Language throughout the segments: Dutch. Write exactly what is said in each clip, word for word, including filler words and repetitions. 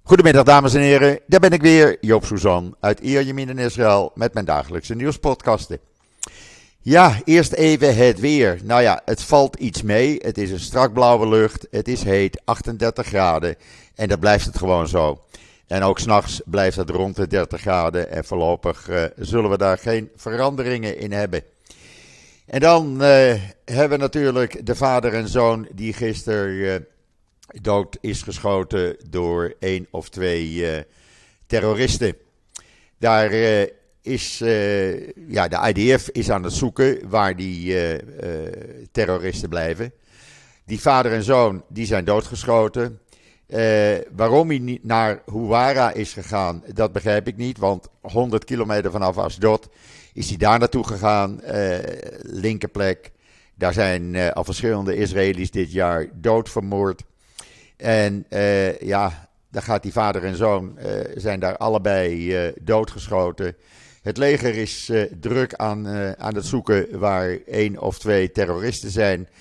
Goedemiddag dames en heren, daar ben ik weer, Joop Suzan uit Ierjemien in Israël met mijn dagelijkse nieuwspodcasten. Ja, eerst even het weer. Nou ja, het valt iets mee, het is een strak blauwe lucht, het is heet, achtendertig graden en dat blijft het gewoon zo. En ook 's nachts blijft het rond de dertig graden en voorlopig uh, zullen we daar geen veranderingen in hebben. En dan uh, hebben we natuurlijk de vader en zoon die gisteren uh, dood is geschoten door één of twee uh, terroristen. Daar uh, is, uh, ja, de I D F is aan het zoeken waar die uh, uh, terroristen blijven. Die vader en zoon die zijn doodgeschoten. Uh, waarom hij niet naar Huwara is gegaan, dat begrijp ik niet. Want honderd kilometer vanaf Ashdod is hij daar naartoe gegaan. Uh, linkerplek. Daar zijn uh, al verschillende Israëli's dit jaar dood vermoord. En uh, ja, dan gaat die vader en zoon, uh, zijn daar allebei uh, doodgeschoten. Het leger is uh, druk aan, uh, aan het zoeken waar één of twee terroristen zijn. Uh,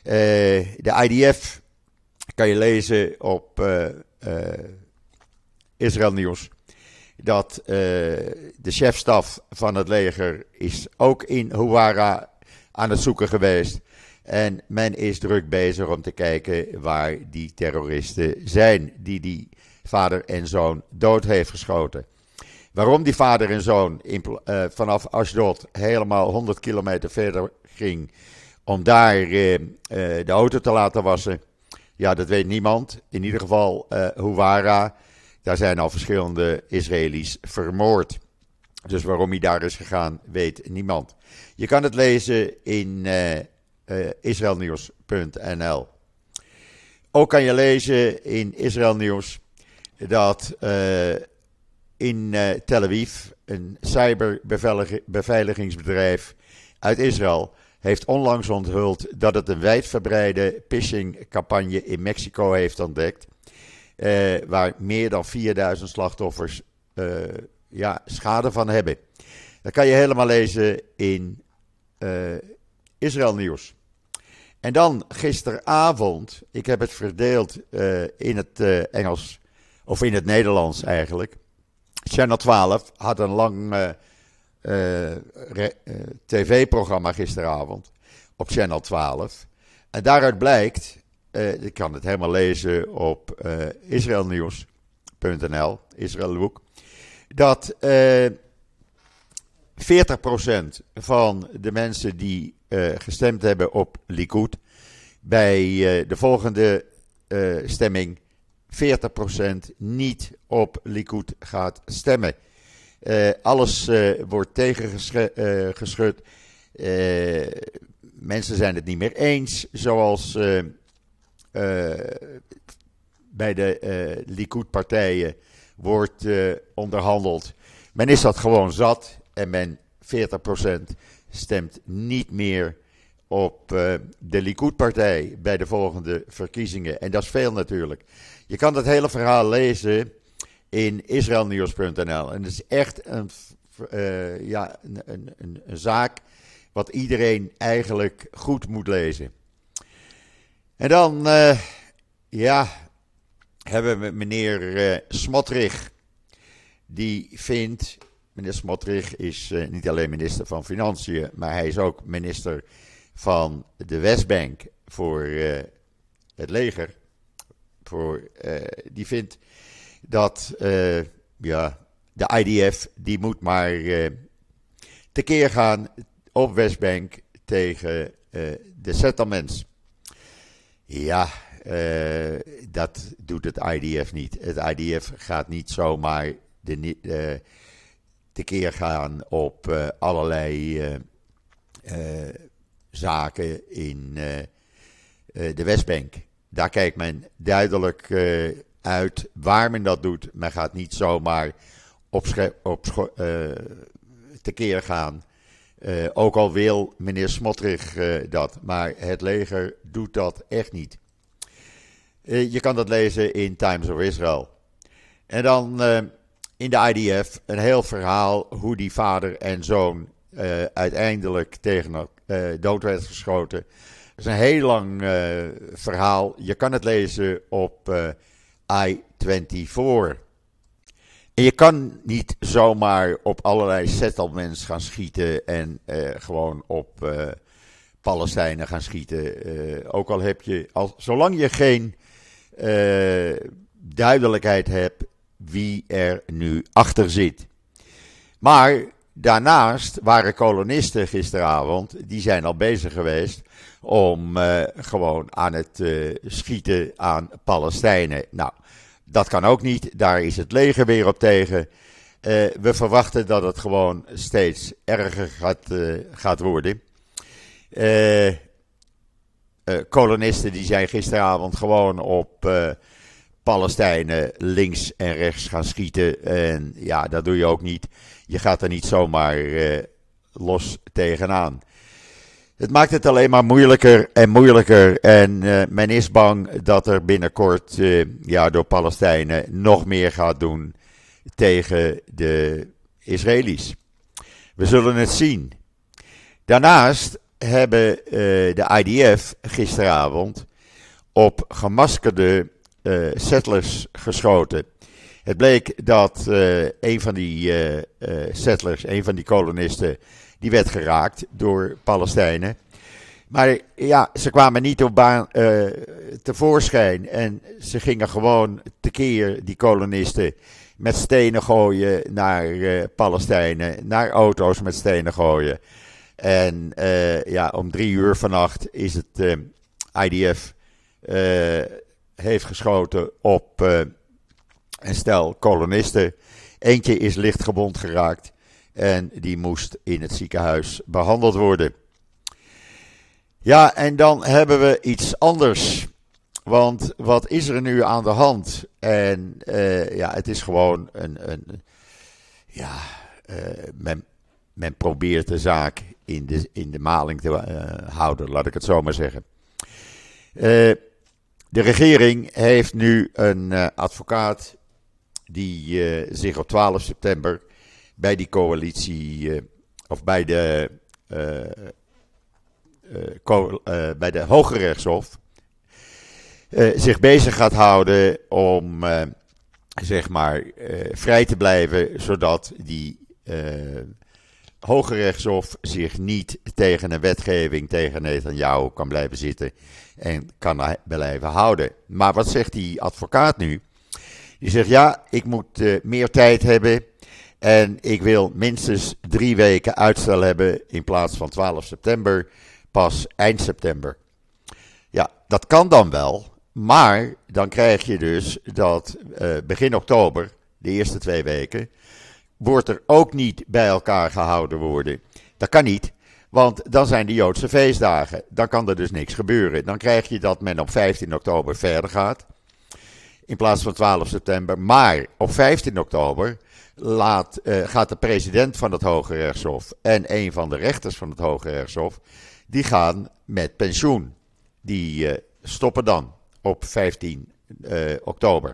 de I D F kan je lezen op uh, uh, Israël Nieuws dat uh, de chefstaf van het leger is ook in Huwara aan het zoeken geweest. En men is druk bezig om te kijken waar die terroristen zijn die die vader en zoon dood heeft geschoten. Waarom die vader en zoon in, uh, vanaf Ashdod helemaal honderd kilometer verder ging om daar uh, uh, de auto te laten wassen, ja, dat weet niemand. In ieder geval uh, Huwara, daar zijn al verschillende Israëli's vermoord. Dus waarom hij daar is gegaan, weet niemand. Je kan het lezen in uh, uh, israelnieuws punt n l. Ook kan je lezen in Israël Nieuws dat uh, in uh, Tel Aviv een cyberbeveiligingsbedrijf uit Israël heeft onlangs onthuld dat het een wijdverbreide phishingcampagne in Mexico heeft ontdekt. Uh, waar meer dan vierduizend slachtoffers uh, ja, schade van hebben. Dat kan je helemaal lezen in uh, Israël Nieuws. En dan gisteravond, ik heb het verdeeld uh, in het uh, Engels, of in het Nederlands eigenlijk. Channel twaalf had een lang uh, uh, re, uh, tv-programma gisteravond op Channel twaalf. En daaruit blijkt, uh, ik kan het helemaal lezen op uh, israelnieuws punt n l, Israëlboek, dat uh, veertig procent van de mensen die uh, gestemd hebben op Likud, bij uh, de volgende uh, stemming veertig procent niet op Likud gaat stemmen. Uh, alles uh, wordt tegengeschud. Uh, mensen zijn het niet meer eens, zoals uh, uh, bij de uh, Likud-partijen wordt uh, onderhandeld. Men is dat gewoon zat en men veertig procent stemt niet meer op uh, de Likud-partij bij de volgende verkiezingen. En dat is veel natuurlijk. Je kan dat hele verhaal lezen in israelnieuws punt n l. En het is echt een, uh, ja, een, een, een, een zaak wat iedereen eigenlijk goed moet lezen. En dan, uh, ja, hebben we meneer uh, Smotrich. Die vindt, meneer Smotrich is uh, niet alleen minister van Financiën, maar hij is ook minister van de Westbank voor uh, het leger. Voor, uh, die vindt dat uh, ja, de I D F die moet maar uh, tekeer gaan op Westbank tegen uh, de settlements. Ja, uh, dat doet het I D F niet. Het I D F gaat niet zomaar de, uh, tekeer gaan op uh, allerlei uh, uh, zaken in uh, uh, de Westbank. Daar kijkt men duidelijk uh, uit waar men dat doet. Men gaat niet zomaar op, sche- op scho- uh, tekeer gaan. Uh, ook al wil meneer Smotrich uh, dat. Maar het leger doet dat echt niet. Uh, je kan dat lezen in Times of Israel. En dan uh, in de I D F een heel verhaal hoe die vader en zoon uh, uiteindelijk tegen uh, dood werd geschoten. Het is een heel lang uh, verhaal. Je kan het lezen op uh, I vierentwintig. En je kan niet zomaar op allerlei settlements gaan schieten en uh, gewoon op uh, Palestijnen gaan schieten. Uh, ook al heb je, al, zolang je geen uh, duidelijkheid hebt wie er nu achter zit. Maar daarnaast waren kolonisten gisteravond, die zijn al bezig geweest om uh, gewoon aan het uh, schieten aan Palestijnen. Nou, dat kan ook niet, daar is het leger weer op tegen. Uh, we verwachten dat het gewoon steeds erger gaat, uh, gaat worden. Uh, uh, kolonisten die zijn gisteravond gewoon op uh, Palestijnen links en rechts gaan schieten. En ja, dat doe je ook niet. Je gaat er niet zomaar uh, los tegenaan. Het maakt het alleen maar moeilijker en moeilijker. En uh, men is bang dat er binnenkort uh, ja, door Palestijnen nog meer gaat doen tegen de Israëli's. We zullen het zien. Daarnaast hebben uh, de I D F gisteravond op gemaskerde uh, settlers geschoten. Het bleek dat uh, een van die uh, uh, settlers, een van die kolonisten, die werd geraakt door Palestijnen. Maar ja, ze kwamen niet op baan uh, tevoorschijn. En ze gingen gewoon tekeer, die kolonisten, met stenen gooien naar uh, Palestijnen. Naar auto's met stenen gooien. En uh, ja, om drie uur vannacht is het uh, I D F uh, heeft geschoten op uh, een stel kolonisten. Eentje is licht gewond geraakt. En die moest in het ziekenhuis behandeld worden. Ja, en dan hebben we iets anders. Want wat is er nu aan de hand? En uh, ja, het is gewoon een... een ja, uh, men, men probeert de zaak in de, in de maling te uh, houden, laat ik het zo maar zeggen. Uh, de regering heeft nu een uh, advocaat die uh, zich op twaalf september... bij die coalitie, uh, of bij de, uh, uh, co- uh, bij de Hoge Rechtshof, uh, zich bezig gaat houden om, uh, zeg maar, uh, vrij te blijven, zodat die uh, Hoge Rechtshof zich niet tegen een wetgeving, tegen Netanyahu kan blijven zitten en kan blijven houden. Maar wat zegt die advocaat nu? Die zegt, ja, ik moet uh, meer tijd hebben. En ik wil minstens drie weken uitstel hebben in plaats van twaalf september, pas eind september. Ja, dat kan dan wel, maar dan krijg je dus dat uh, begin oktober, de eerste twee weken, wordt er ook niet bij elkaar gehouden worden. Dat kan niet, want dan zijn de Joodse feestdagen. Dan kan er dus niks gebeuren. Dan krijg je dat men op vijftien oktober verder gaat, in plaats van twaalf september. Maar op vijftien oktober... Laat, uh, gaat de president van het Hoge Rechtshof en een van de rechters van het Hoge Rechtshof, die gaan met pensioen. Die uh, stoppen dan op vijftien oktober.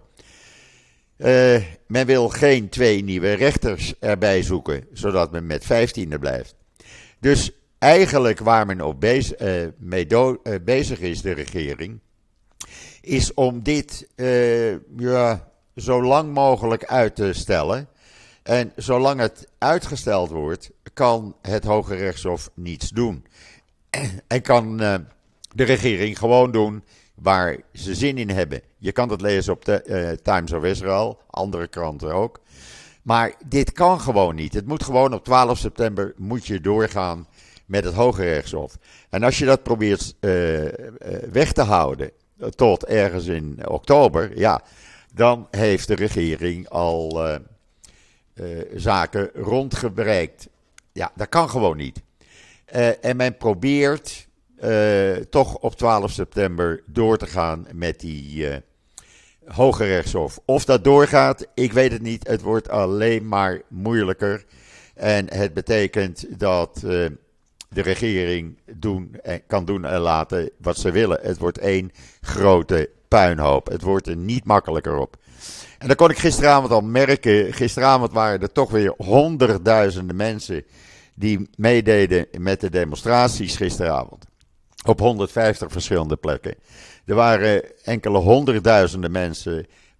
Uh, men wil geen twee nieuwe rechters erbij zoeken, zodat men met vijftien blijft. Dus eigenlijk waar men op bezig, uh, mee do- uh, bezig is, de regering, is om dit uh, ja, zo lang mogelijk uit te stellen. En zolang het uitgesteld wordt, kan het Hoge Rechtshof niets doen. En kan uh, de regering gewoon doen waar ze zin in hebben. Je kan dat lezen op de uh, Times of Israel, andere kranten ook. Maar dit kan gewoon niet. Het moet gewoon op twaalf september moet je doorgaan met het Hoge Rechtshof. En als je dat probeert uh, uh, weg te houden tot ergens in oktober, ja, dan heeft de regering al... Uh, Uh, zaken rondgebreikt. Ja, dat kan gewoon niet. Uh, en men probeert uh, toch op twaalf september door te gaan met die uh, Hoge Rechtshof. Of dat doorgaat, ik weet het niet. Het wordt alleen maar moeilijker. En het betekent dat uh, de regering doen, kan doen en laten wat ze willen. Het wordt één grote puinhoop. Het wordt er niet makkelijker op. En dat kon ik gisteravond al merken. Gisteravond waren er toch weer honderdduizenden mensen die meededen met de demonstraties gisteravond. Op honderdvijftig verschillende plekken. Er waren enkele honderdduizenden mensen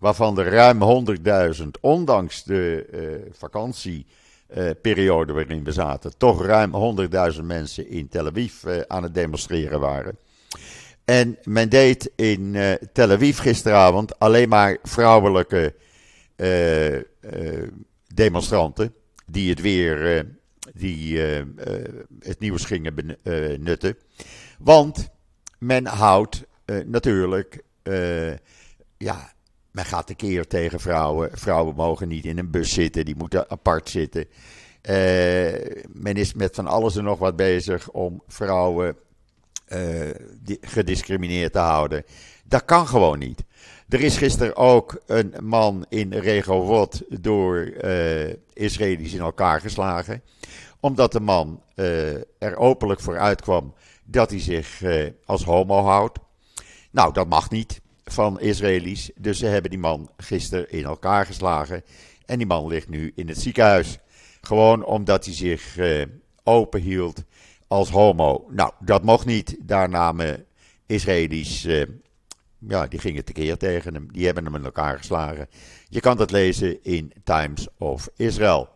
waarvan er ruim honderdduizend, ondanks de uh, vakantieperiode uh, waarin we zaten, toch ruim honderdduizend mensen in Tel Aviv uh, aan het demonstreren waren. En men deed in uh, Tel Aviv gisteravond alleen maar vrouwelijke uh, uh, demonstranten die het weer, uh, die uh, uh, het nieuws gingen benutten. Want men houdt uh, natuurlijk, uh, ja, men gaat tekeer tegen vrouwen. Vrouwen mogen niet in een bus zitten, die moeten apart zitten. Uh, men is met van alles en nog wat bezig om vrouwen uh, gediscrimineerd te houden. Dat kan gewoon niet. Er is gisteren ook een man in Rehovot door uh, Israëli's in elkaar geslagen. Omdat de man uh, er openlijk voor uitkwam dat hij zich uh, als homo houdt. Nou, dat mag niet van Israëli's. Dus ze hebben die man gisteren in elkaar geslagen. En die man ligt nu in het ziekenhuis. Gewoon omdat hij zich uh, open hield als homo. Nou, dat mocht niet. Daar namen Israëli's, uh, ja, die gingen tekeer tegen hem. Die hebben hem in elkaar geslagen. Je kan dat lezen in Times of Israel.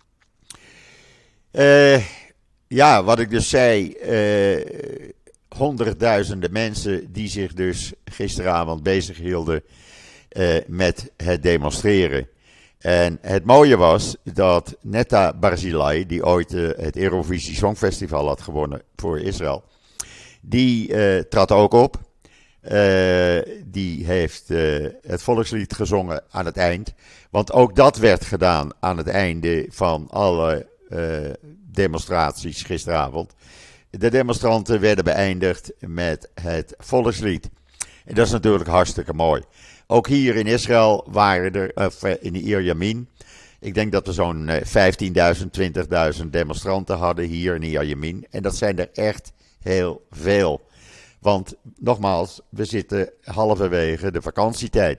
Uh, ja, wat ik dus zei, uh, honderdduizenden mensen die zich dus gisteravond bezig hielden uh, met het demonstreren. En het mooie was dat Netta Barzilai, die ooit uh, het Eurovisie Songfestival had gewonnen voor Israël, die uh, trad ook op. Uh, die heeft uh, het volkslied gezongen aan het eind. Want ook dat werd gedaan aan het einde van alle uh, demonstraties gisteravond. De demonstranten werden beëindigd met het volkslied. En dat is natuurlijk hartstikke mooi. Ook hier in Israël waren er, of in Iyar Yamin, ik denk dat we zo'n vijftienduizend, twintigduizend demonstranten hadden hier in Iyar Yamin. En dat zijn er echt heel veel. Want nogmaals, we zitten halverwege de vakantietijd.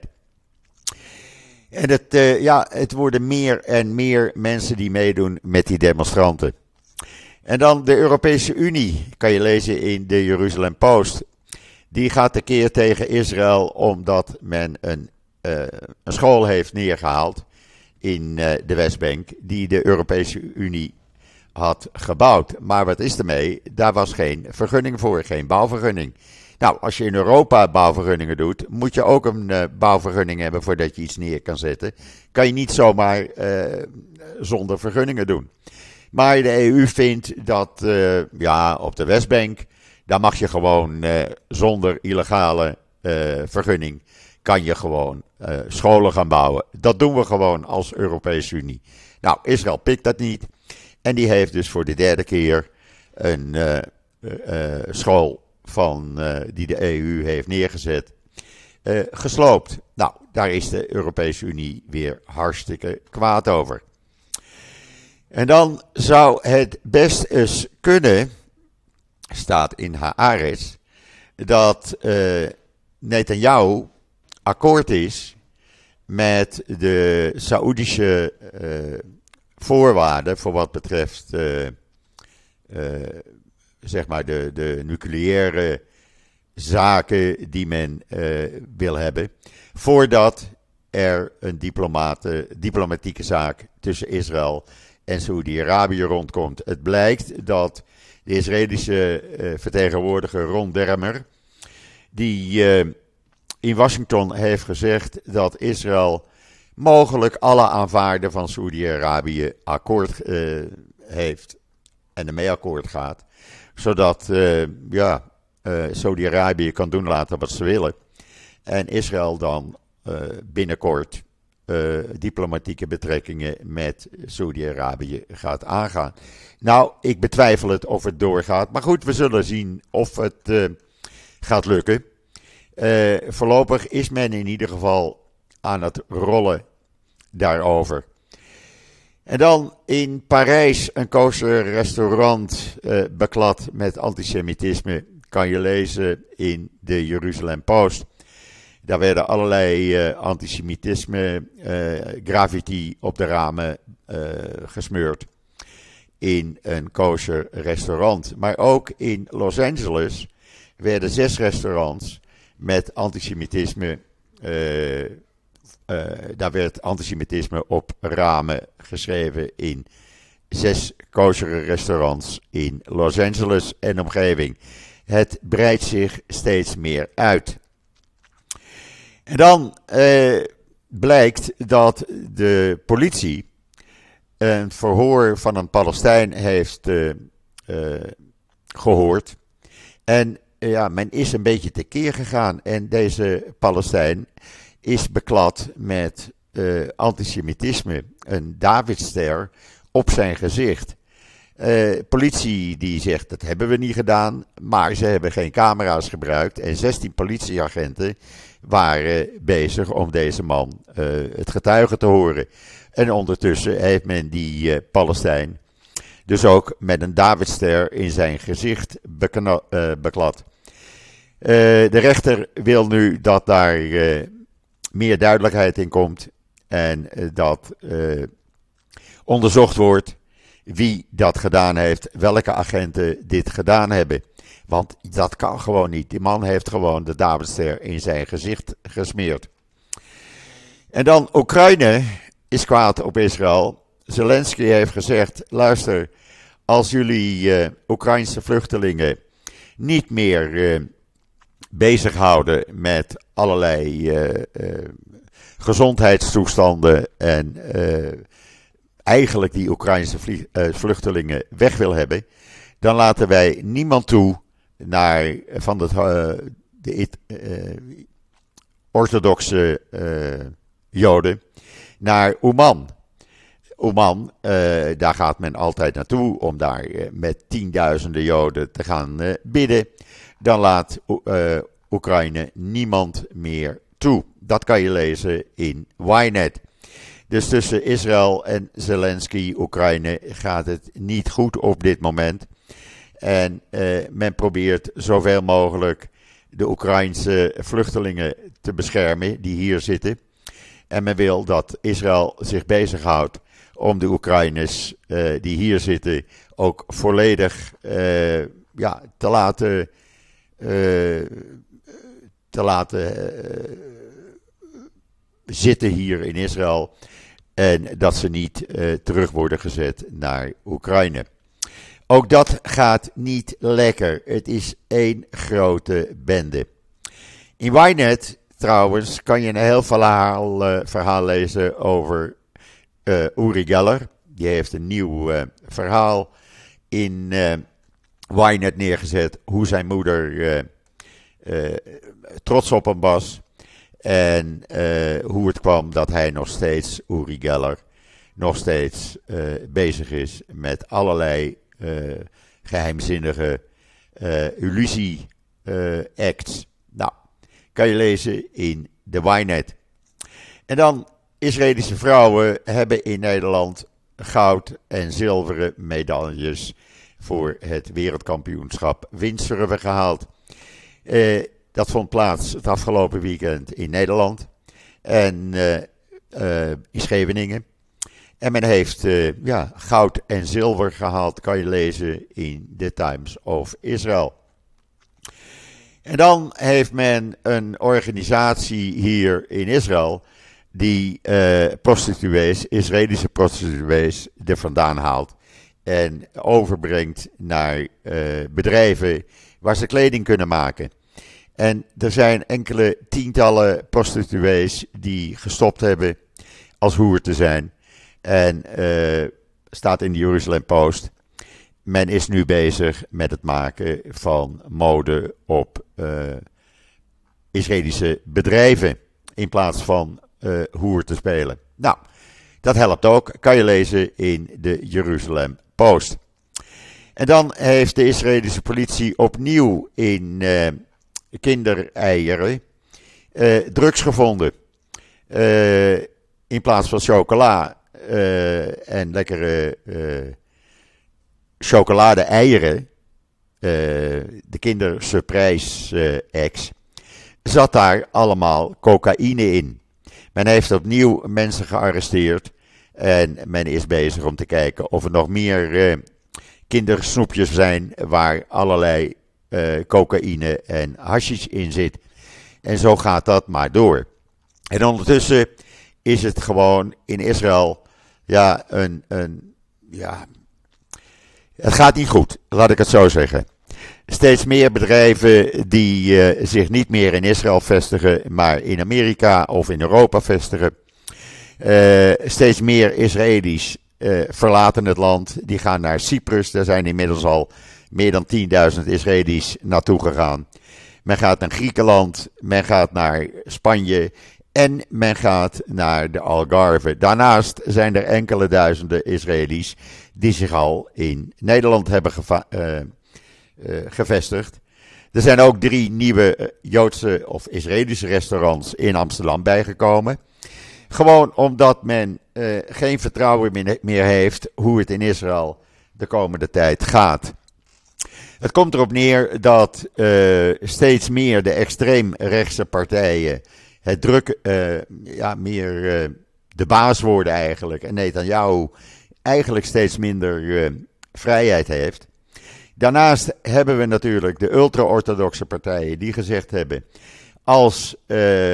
En het, uh, ja, het worden meer en meer mensen die meedoen met die demonstranten. En dan de Europese Unie, kan je lezen in de Jeruzalem Post. Die gaat tekeer tegen Israël omdat men een, uh, een school heeft neergehaald in uh, de Westbank die de Europese Unie had gebouwd. Maar wat is ermee? Daar was geen vergunning voor, geen bouwvergunning. Nou, als je in Europa bouwvergunningen doet, moet je ook een uh, bouwvergunning hebben voordat je iets neer kan zetten. Kan je niet zomaar uh, zonder vergunningen doen. Maar de E U vindt dat uh, ja, op de Westbank, daar mag je gewoon uh, zonder illegale uh, vergunning, kan je gewoon uh, scholen gaan bouwen. Dat doen we gewoon als Europese Unie. Nou, Israël pikt dat niet. En die heeft dus voor de derde keer een uh, uh, school van, uh, die de E U heeft neergezet, uh, gesloopt. Nou, daar is de Europese Unie weer hartstikke kwaad over. En dan zou het best eens kunnen, staat in Haaretz, dat uh, Netanyahu akkoord is met de Saoedische uh, voorwaarden voor wat betreft uh, uh, zeg maar de, de nucleaire zaken die men uh, wil hebben, voordat er een diplomatieke zaak tussen Israël en Saoedi-Arabië rondkomt. Het blijkt dat de Israëlische uh, vertegenwoordiger Ron Dermer, die uh, in Washington heeft gezegd dat Israël mogelijk alle aanvaarden van Saoedi-Arabië akkoord uh, heeft en ermee akkoord gaat, zodat uh, ja, uh, Saoedi-Arabië kan doen laten wat ze willen en Israël dan uh, binnenkort uh, diplomatieke betrekkingen met Saoedi-Arabië gaat aangaan. Nou, ik betwijfel het of het doorgaat, maar goed, we zullen zien of het uh, gaat lukken. Uh, voorlopig is men in ieder geval aan het rollen daarover. En dan in Parijs een kosher restaurant uh, beklad met antisemitisme, kan je lezen in de Jeruzalem Post. Daar werden allerlei uh, antisemitisme uh, graffiti op de ramen uh, gesmeurd in een kosher restaurant. Maar ook in Los Angeles werden zes restaurants met antisemitisme uh, uh, daar werd antisemitisme op ramen geschreven in zes kosheren restaurants in Los Angeles en omgeving. Het breidt zich steeds meer uit. En dan uh, blijkt dat de politie een verhoor van een Palestijn heeft uh, uh, gehoord. En uh, ja, men is een beetje tekeer gegaan. En deze Palestijn is beklad met uh, antisemitisme. Een Davidster op zijn gezicht. Uh, politie die zegt dat hebben we niet gedaan. Maar ze hebben geen camera's gebruikt. En zestien politieagenten waren bezig om deze man uh, het getuige te horen. En ondertussen heeft men die uh, Palestijn dus ook met een Davidster in zijn gezicht bekna- uh, beklad. Uh, de rechter wil nu dat daar uh, meer duidelijkheid in komt en uh, dat uh, onderzocht wordt wie dat gedaan heeft, welke agenten dit gedaan hebben. Want dat kan gewoon niet. Die man heeft gewoon de Davidster in zijn gezicht gesmeerd. En dan Oekraïne is kwaad op Israël. Zelensky heeft gezegd, luister, als jullie uh, Oekraïnse vluchtelingen niet meer uh, bezighouden met allerlei uh, uh, gezondheidstoestanden en uh, eigenlijk die Oekraïnse vlie- uh, vluchtelingen weg wil hebben, dan laten wij niemand toe naar, van de, uh, de uh, orthodoxe uh, Joden naar Oman. Oman, uh, daar gaat men altijd naartoe om daar uh, met tienduizenden Joden te gaan uh, bidden. Dan laat uh, Oekraïne niemand meer toe. Dat kan je lezen in Ynet. Dus tussen Israël en Zelensky, Oekraïne, gaat het niet goed op dit moment. En uh, men probeert zoveel mogelijk de Oekraïnse vluchtelingen te beschermen die hier zitten. En men wil dat Israël zich bezighoudt om de Oekraïners uh, die hier zitten ook volledig uh, ja, te laten, uh, te laten uh, zitten hier in Israël. En dat ze niet uh, terug worden gezet naar Oekraïne. Ook dat gaat niet lekker. Het is één grote bende. In Ynet trouwens kan je een heel verhaal, uh, verhaal lezen over uh, Uri Geller. Die heeft een nieuw uh, verhaal in uh, Ynet neergezet. Hoe zijn moeder uh, uh, trots op hem was. En uh, hoe het kwam dat hij nog steeds, Uri Geller, nog steeds uh, bezig is met allerlei uh, geheimzinnige uh, illusie-acts. Uh, nou, kan je lezen in de Ynet. En dan, Israëlische vrouwen hebben in Nederland goud en zilveren medailles voor het wereldkampioenschap windsurfen gehaald. Uh, dat vond plaats het afgelopen weekend in Nederland en uh, uh, in Scheveningen. En men heeft uh, ja, goud en zilver gehaald, kan je lezen in The Times of Israel. En dan heeft men een organisatie hier in Israël die uh, prostituees, Israëlische prostituees, er vandaan haalt en overbrengt naar uh, bedrijven waar ze kleding kunnen maken. En er zijn enkele tientallen prostituees die gestopt hebben als hoer te zijn. En uh, staat in de Jeruzalem Post. Men is nu bezig met het maken van mode op uh, Israëlische bedrijven. In plaats van uh, hoer te spelen. Nou, dat helpt ook. Kan je lezen in de Jeruzalem Post. En dan heeft de Israëlische politie opnieuw in uh, kindereieren uh, drugs gevonden. Uh, in plaats van chocola uh, en lekkere uh, chocolade-eieren, uh, de kindersurprise-ex, zat daar allemaal cocaïne in. Men heeft opnieuw mensen gearresteerd en men is bezig om te kijken of er nog meer uh, kindersnoepjes zijn waar allerlei uh, cocaïne en hashish in zit. En zo gaat dat maar door. En ondertussen is het gewoon in Israël, ja, een, een, ja, het gaat niet goed, laat ik het zo zeggen. Steeds meer bedrijven die uh, zich niet meer in Israël vestigen, maar in Amerika of in Europa vestigen. Uh, steeds meer Israëli's uh, verlaten het land, die gaan naar Cyprus. Daar zijn inmiddels al meer dan tienduizend Israëli's naartoe gegaan. Men gaat naar Griekenland, men gaat naar Spanje en men gaat naar de Algarve. Daarnaast zijn er enkele duizenden Israëli's die zich al in Nederland hebben geva- uh, uh, gevestigd. Er zijn ook drie nieuwe uh, Joodse of Israëlische restaurants in Amsterdam bijgekomen. Gewoon omdat men uh, geen vertrouwen meer heeft hoe het in Israël de komende tijd gaat. Het komt erop neer dat uh, steeds meer de extreemrechtse partijen het druk, uh, ja, meer uh, de baas worden eigenlijk. En Netanyahu eigenlijk steeds minder uh, vrijheid heeft. Daarnaast hebben we natuurlijk de ultra-orthodoxe partijen die gezegd hebben, als uh,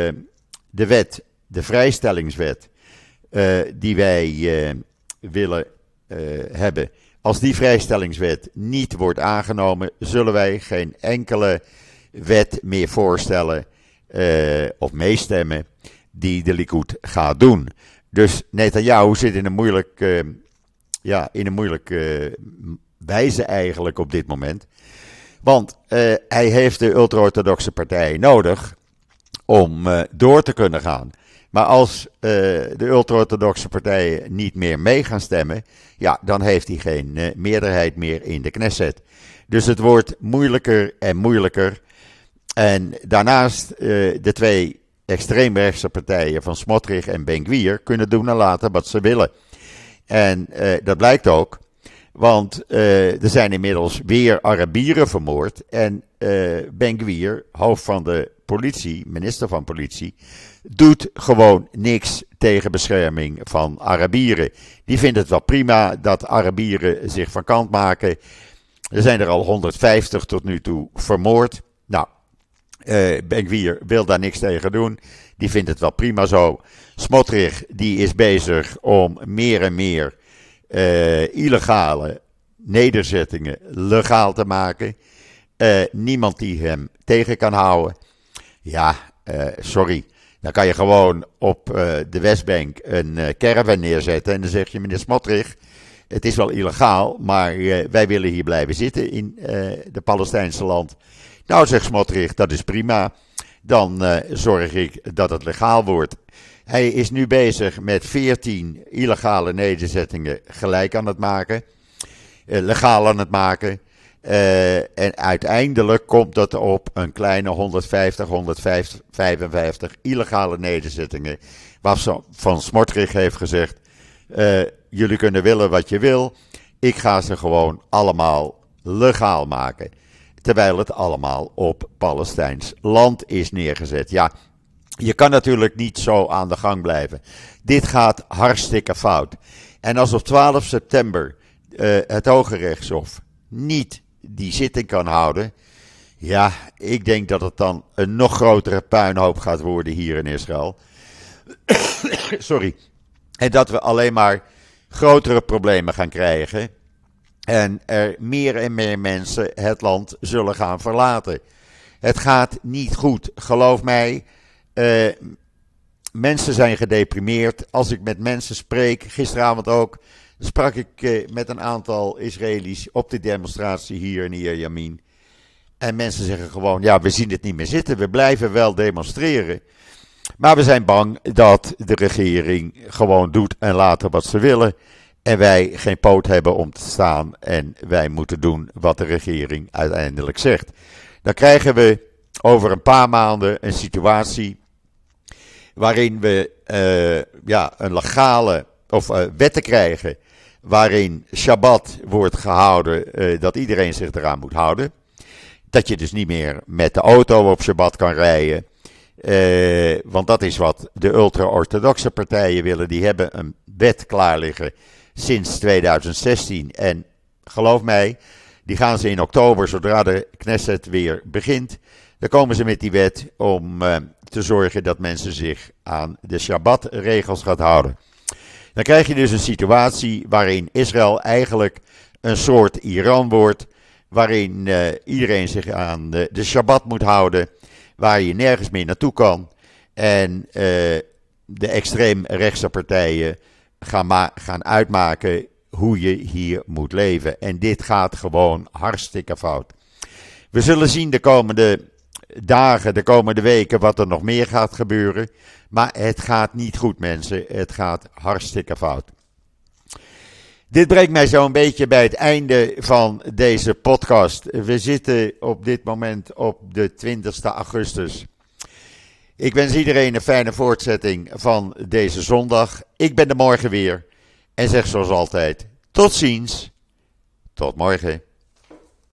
de wet, de vrijstellingswet, uh, die wij uh, willen uh, hebben, als die vrijstellingswet niet wordt aangenomen, zullen wij geen enkele wet meer voorstellen uh, of meestemmen die de Likud gaat doen. Dus Netanyahu zit in een moeilijk, uh, ja, in een moeilijke uh, wijze eigenlijk op dit moment. Want uh, hij heeft de ultra-orthodoxe partijen nodig om uh, door te kunnen gaan. Maar als uh, de ultra-orthodoxe partijen niet meer mee gaan stemmen, ja, dan heeft hij geen uh, meerderheid meer in de Knesset. Dus het wordt moeilijker en moeilijker. En daarnaast uh, de twee extreemrechtse partijen van Smotrich en Ben-Gvir kunnen doen en laten wat ze willen. En uh, dat blijkt ook, want uh, er zijn inmiddels weer Arabieren vermoord. En uh, Ben-Gvir, hoofd van de politie, minister van politie, doet gewoon niks tegen bescherming van Arabieren. Die vindt het wel prima dat Arabieren zich van kant maken. Er zijn er al honderdvijftig tot nu toe vermoord. Nou, uh, Ben-Gvir wil daar niks tegen doen. Die vindt het wel prima zo. Smotrich, die is bezig om meer en meer uh, illegale nederzettingen legaal te maken. Uh, niemand die hem tegen kan houden. Ja, uh, sorry. Dan kan je gewoon op uh, de Westbank een uh, caravan neerzetten. En dan zeg je, meneer Smotrich, het is wel illegaal, maar uh, wij willen hier blijven zitten in uh, de Palestijnse land. Nou, zegt Smotrich, dat is prima. Dan uh, zorg ik dat het legaal wordt. Hij is nu bezig met veertien illegale nederzettingen gelijk aan het maken. Uh, legaal aan het maken. Uh, en uiteindelijk komt dat op een kleine honderdvijftig, honderdvijfenvijftig illegale nederzettingen. Waarvan Smotrich heeft gezegd, uh, jullie kunnen willen wat je wil. Ik ga ze gewoon allemaal legaal maken. Terwijl het allemaal op Palestijns land is neergezet. Ja, je kan natuurlijk niet zo aan de gang blijven. Dit gaat hartstikke fout. En als op twaalf september uh, het Hoge Rechtshof niet die zitting kan houden, ja, ik denk dat het dan een nog grotere puinhoop gaat worden hier in Israël. Sorry. En dat we alleen maar grotere problemen gaan krijgen. En er meer en meer mensen het land zullen gaan verlaten. Het gaat niet goed, geloof mij. Uh, mensen zijn gedeprimeerd. Als ik met mensen spreek, gisteravond ook, sprak ik uh, met een aantal Israëli's op de demonstratie hier in Yer Yamin. En mensen zeggen gewoon, ja, we zien het niet meer zitten. We blijven wel demonstreren. Maar we zijn bang dat de regering gewoon doet en laat wat ze willen. En wij geen poot hebben om te staan. En wij moeten doen wat de regering uiteindelijk zegt. Dan krijgen we over een paar maanden een situatie waarin we uh, ja, een legale of uh, wetten krijgen waarin Shabbat wordt gehouden, uh, dat iedereen zich eraan moet houden. Dat je dus niet meer met de auto op Shabbat kan rijden. Uh, want dat is wat de ultra-orthodoxe partijen willen. Die hebben een wet klaar liggen sinds tweeduizend zestien. En geloof mij, die gaan ze in oktober, zodra de Knesset weer begint, dan komen ze met die wet om uh, te zorgen dat mensen zich aan de Shabbat-regels gaat houden. Dan krijg je dus een situatie waarin Israël eigenlijk een soort Iran wordt, waarin uh, iedereen zich aan de, de Shabbat moet houden, waar je nergens meer naartoe kan. En uh, de extreemrechtse partijen gaan, ma- gaan uitmaken hoe je hier moet leven. En dit gaat gewoon hartstikke fout. We zullen zien de komende dagen, de komende weken, wat er nog meer gaat gebeuren. Maar het gaat niet goed, mensen. Het gaat hartstikke fout. Dit brengt mij zo een beetje bij het einde van deze podcast. We zitten op dit moment op de twintigste augustus. Ik wens iedereen een fijne voortzetting van deze zondag. Ik ben er morgen weer en zeg zoals altijd, tot ziens, tot morgen.